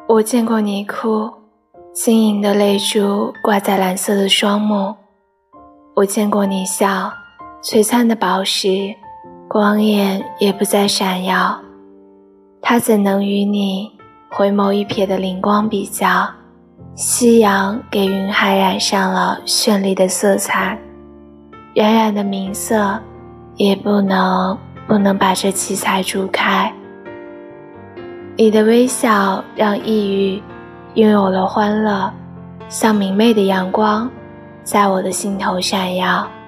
我见过你哭，晶莹的泪珠挂在蓝色的双目。我见过你笑，璀璨的宝石，光焰也不再闪耀。它怎能与你回眸一瞥的灵光比较？夕阳给云海染上了绚丽的色彩，冉冉的明色也不能把这七彩煮开。你的微笑让抑郁拥有了欢乐，像明媚的阳光在我的心头闪耀。